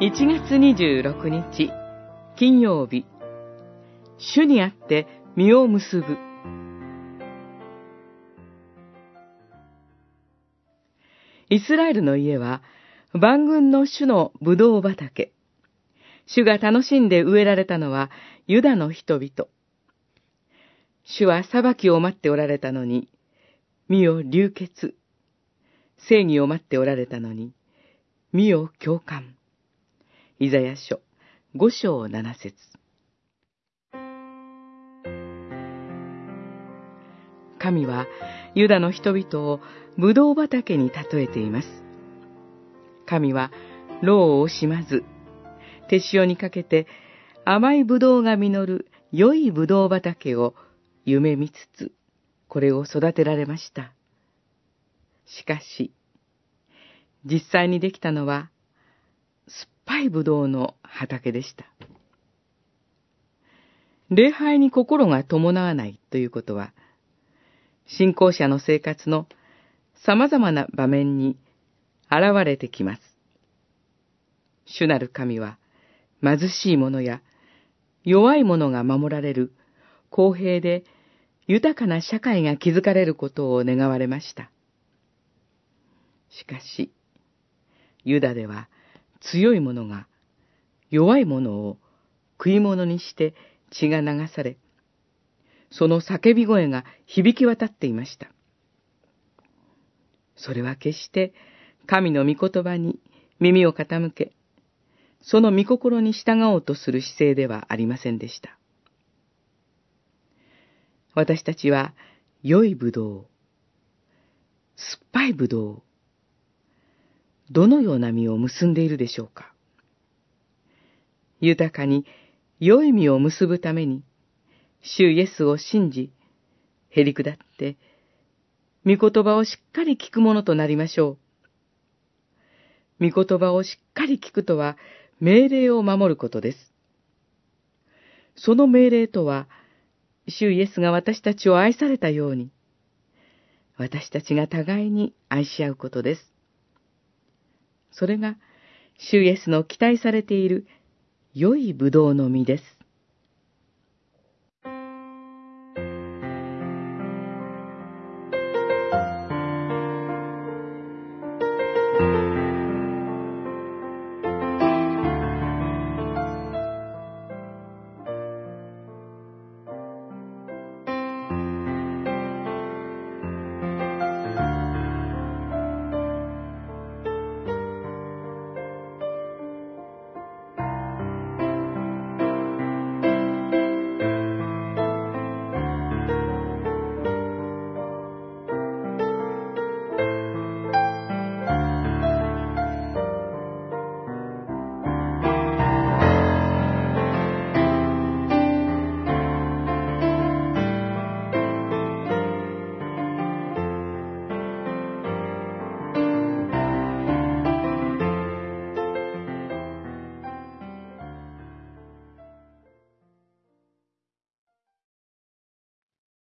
1月26日金曜日、主にあって実を結ぶ。イスラエルの家は万軍の主のブドウ畑。主が楽しんで植えられたのはユダの人々。主は裁きを待っておられたのに、見よ流血。正義を待っておられたのに、見よ共感。イザヤ書5章7節。神はユダの人々をブドウ畑に例えています。神は労を惜しまず、手塩にかけて甘いブドウが実る良いブドウ畑を夢見つつ、これを育てられました。しかし、実際にできたのは酸っぱいブドウの畑でした。礼拝に心が伴わないということは、信仰者の生活の様々な場面に現れてきます。主なる神は、貧しい者や弱い者が守られる公平で豊かな社会が築かれることを願われました。しかし、ユダでは強い者が弱い者を食い物にして血が流され、その叫び声が響き渡っていました。それは決して神の御言葉に耳を傾け、その御心に従おうとする姿勢ではありませんでした。私たちは良いブドウ、酸っぱいブドウ、どのような実を結んでいるでしょうか。豊かに良い実を結ぶために、主イエスを信じ、へりくだって、御言葉をしっかり聞くものとなりましょう。御言葉をしっかり聞くとは、命令を守ることです。その命令とは、主イエスが私たちを愛されたように、私たちが互いに愛し合うことです。それが、主イエスの期待されている良いブドウの実です。